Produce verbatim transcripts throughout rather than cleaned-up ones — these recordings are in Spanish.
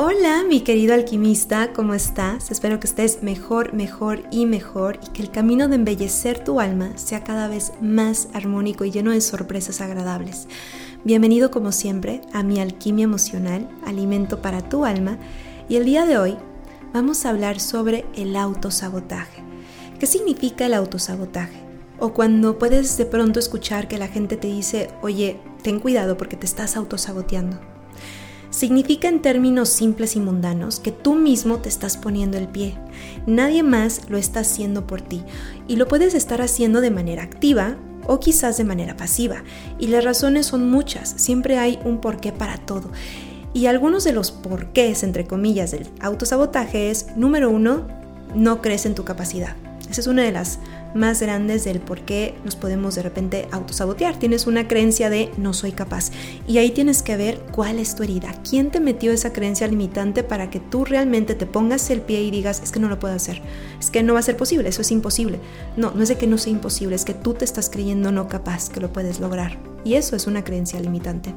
Hola, mi querido alquimista, ¿cómo estás? Espero que estés mejor, mejor y mejor y que el camino de embellecer tu alma sea cada vez más armónico y lleno de sorpresas agradables. Bienvenido como siempre a mi alquimia emocional, alimento para tu alma, y el día de hoy vamos a hablar sobre el autosabotaje. ¿Qué significa el autosabotaje? O cuando puedes de pronto escuchar que la gente te dice, oye, ten cuidado porque te estás autosaboteando. Significa en términos simples y mundanos que tú mismo te estás poniendo el pie. Nadie más lo está haciendo por ti y lo puedes estar haciendo de manera activa o quizás de manera pasiva. Y las razones son muchas, siempre hay un porqué para todo. Y algunos de los porqués, entre comillas, del autosabotaje es, número uno, no crees en tu capacidad. Esa es una de las más grandes del por qué nos podemos de repente autosabotear. Tienes una creencia de no soy capaz y ahí tienes que ver cuál es tu herida. ¿Quién te metió esa creencia limitante para que tú realmente te pongas el pie y digas es que no lo puedo hacer, es que no va a ser posible, eso es imposible? No, no es de que no sea imposible, es que tú te estás creyendo no capaz, que lo puedes lograr, y eso es una creencia limitante.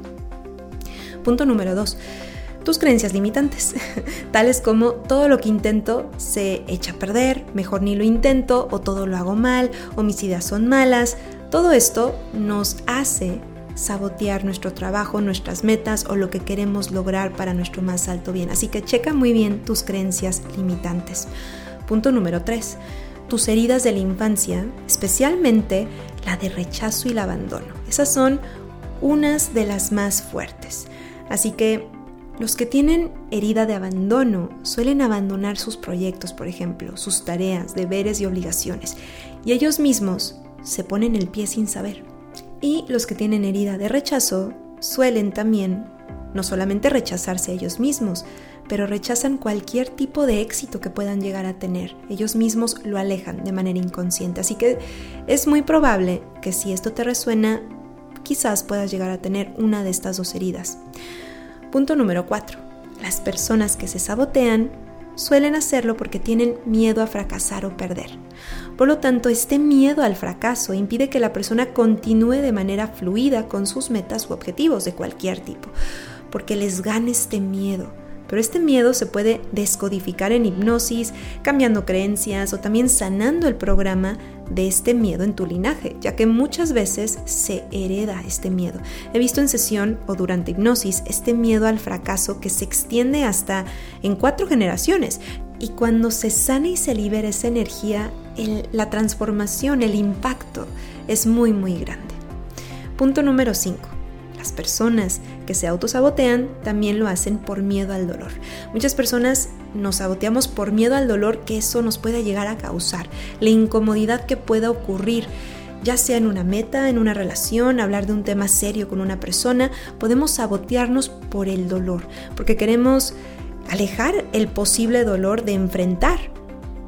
Punto número dos. Tus creencias limitantes, tales como todo lo que intento se echa a perder, mejor ni lo intento, o todo lo hago mal, o mis ideas son malas. Todo esto nos hace sabotear nuestro trabajo, nuestras metas o lo que queremos lograr para nuestro más alto bien. Así que checa muy bien tus creencias limitantes. Punto número tres. Tus heridas de la infancia, especialmente la de rechazo y el abandono. Esas son unas de las más fuertes. Así que los que tienen herida de abandono suelen abandonar sus proyectos, por ejemplo, sus tareas, deberes y obligaciones, y ellos mismos se ponen el pie sin saber. Y los que tienen herida de rechazo suelen también no solamente rechazarse a ellos mismos, pero rechazan cualquier tipo de éxito que puedan llegar a tener. Ellos mismos lo alejan de manera inconsciente. Así que es muy probable que si esto te resuena, quizás puedas llegar a tener una de estas dos heridas. Punto número cuatro. Las personas que se sabotean suelen hacerlo porque tienen miedo a fracasar o perder. Por lo tanto, este miedo al fracaso impide que la persona continúe de manera fluida con sus metas u objetivos de cualquier tipo, porque les gana este miedo. Pero este miedo se puede descodificar en hipnosis, cambiando creencias o también sanando el programa de este miedo en tu linaje, ya que muchas veces se hereda este miedo. He visto en sesión o durante hipnosis este miedo al fracaso que se extiende hasta en cuatro generaciones. Y cuando se sana y se libera esa energía, el, la transformación, el impacto es muy muy grande. Punto número cinco. Las personas que se autosabotean también lo hacen por miedo al dolor. Muchas personas nos saboteamos por miedo al dolor que eso nos puede llegar a causar, la incomodidad que pueda ocurrir, ya sea en una meta, en una relación, hablar de un tema serio con una persona. Podemos sabotearnos por el dolor, porque queremos alejar el posible dolor de enfrentar.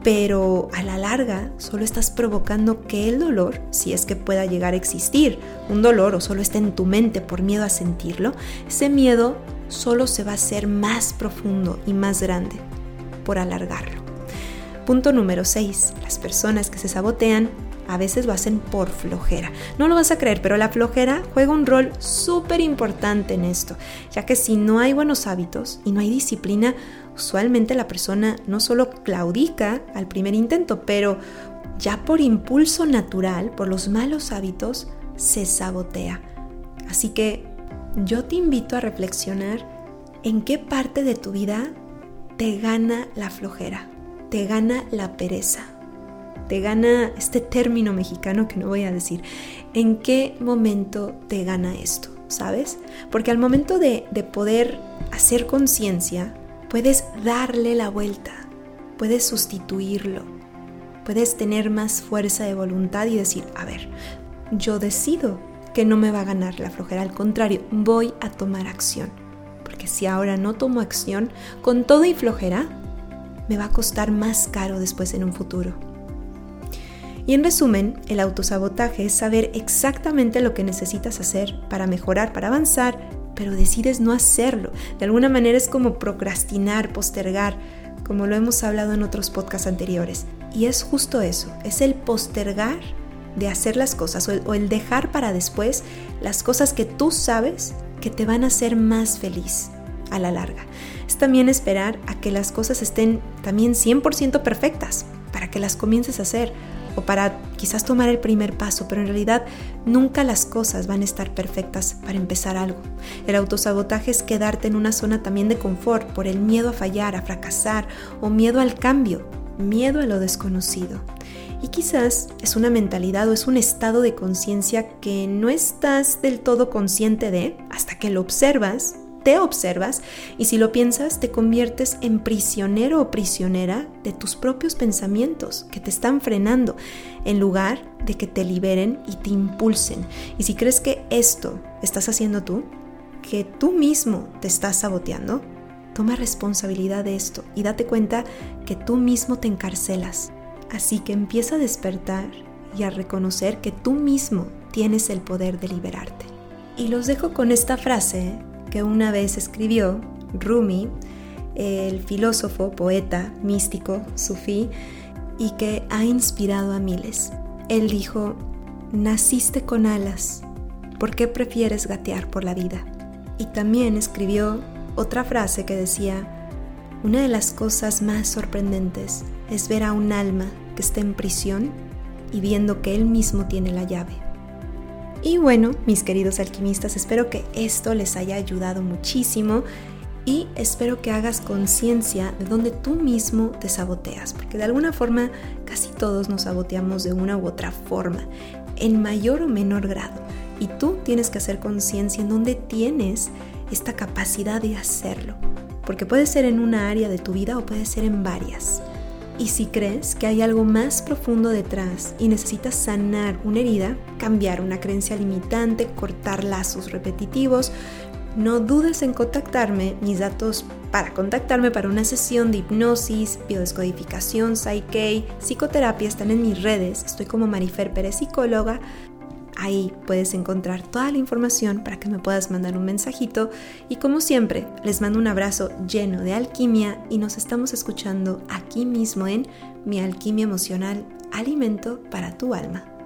Pero a la larga solo estás provocando que el dolor, si es que pueda llegar a existir un dolor o solo está en tu mente por miedo a sentirlo, ese miedo solo se va a hacer más profundo y más grande por alargarlo. Punto número seis. Las personas que se sabotean a veces lo hacen por flojera. No lo vas a creer, pero la flojera juega un rol súper importante en esto, ya que si no hay buenos hábitos y no hay disciplina, usualmente la persona no solo claudica al primer intento, pero ya por impulso natural, por los malos hábitos, se sabotea. Así que yo te invito a reflexionar en qué parte de tu vida te gana la flojera, te gana la pereza, te gana este término mexicano que no voy a decir. ¿En qué momento te gana esto? ¿Sabes? Porque al momento de, de poder hacer conciencia, puedes darle la vuelta, puedes sustituirlo, puedes tener más fuerza de voluntad y decir, a ver, yo decido que no me va a ganar la flojera, al contrario, voy a tomar acción. Porque si ahora no tomo acción, con todo y flojera, me va a costar más caro después en un futuro. Y en resumen, el autosabotaje es saber exactamente lo que necesitas hacer para mejorar, para avanzar, pero decides no hacerlo. De alguna manera es como procrastinar, postergar, como lo hemos hablado en otros podcasts anteriores. Y es justo eso, es el postergar de hacer las cosas o el, o el dejar para después las cosas que tú sabes que te van a hacer más feliz. a la larga. Es también esperar a que las cosas estén también cien por ciento perfectas para que las comiences a hacer o para quizás tomar el primer paso, pero en realidad nunca las cosas van a estar perfectas para empezar algo. El autosabotaje es quedarte en una zona también de confort por el miedo a fallar, a fracasar o miedo al cambio, miedo a lo desconocido. Y quizás es una mentalidad o es un estado de conciencia que no estás del todo consciente de hasta que lo observas, te observas y si lo piensas te conviertes en prisionero o prisionera de tus propios pensamientos que te están frenando en lugar de que te liberen y te impulsen. Y si crees que esto estás haciendo tú, que tú mismo te estás saboteando, toma responsabilidad de esto y date cuenta que tú mismo te encarcelas. Así que empieza a despertar y a reconocer que tú mismo tienes el poder de liberarte. Y los dejo con esta frase que una vez escribió Rumi, el filósofo, poeta, místico, sufí, y que ha inspirado a miles. Él dijo: naciste con alas, ¿por qué prefieres gatear por la vida? Y también escribió otra frase que decía: una de las cosas más sorprendentes es ver a un alma que está en prisión y viendo que él mismo tiene la llave. Y bueno, mis queridos alquimistas, espero que esto les haya ayudado muchísimo y espero que hagas conciencia de dónde tú mismo te saboteas, porque de alguna forma casi todos nos saboteamos de una u otra forma, en mayor o menor grado. Y tú tienes que hacer conciencia en dónde tienes esta capacidad de hacerlo, porque puede ser en una área de tu vida o puede ser en varias. Y si crees que hay algo más profundo detrás y necesitas sanar una herida, cambiar una creencia limitante, cortar lazos repetitivos, no dudes en contactarme. Mis datos para contactarme para una sesión de hipnosis, biodescodificación, Psyche, psicoterapia están en mis redes. Estoy como Marifer Pérez Psicóloga. Ahí puedes encontrar toda la información para que me puedas mandar un mensajito. Y como siempre, les mando un abrazo lleno de alquimia y nos estamos escuchando aquí mismo en Mi Alquimia Emocional, alimento para tu alma.